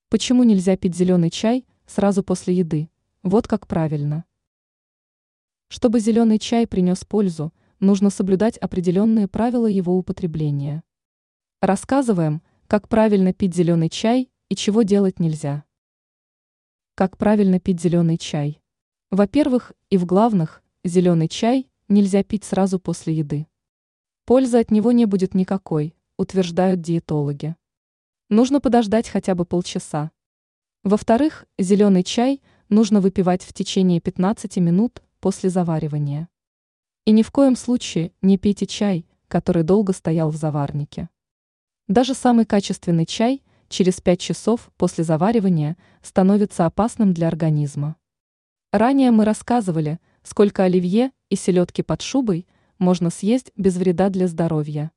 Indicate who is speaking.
Speaker 1: Почему нельзя пить зеленый чай сразу после еды? Вот как правильно. Чтобы зеленый чай принес пользу, нужно соблюдать определенные правила его употребления. Рассказываем, как правильно пить зеленый чай и чего делать нельзя. Как правильно пить зеленый чай? Во-первых, и в главных, зеленый чай нельзя пить сразу после еды. Пользы от него не будет никакой, утверждают диетологи. Нужно подождать хотя бы полчаса. Во-вторых, зеленый чай нужно выпивать в течение 15 минут после заваривания. И ни в коем случае не пейте чай, который долго стоял в заварнике. Даже самый качественный чай через 5 часов после заваривания становится опасным для организма. Ранее мы рассказывали, сколько оливье и селедки под шубой можно съесть без вреда для здоровья.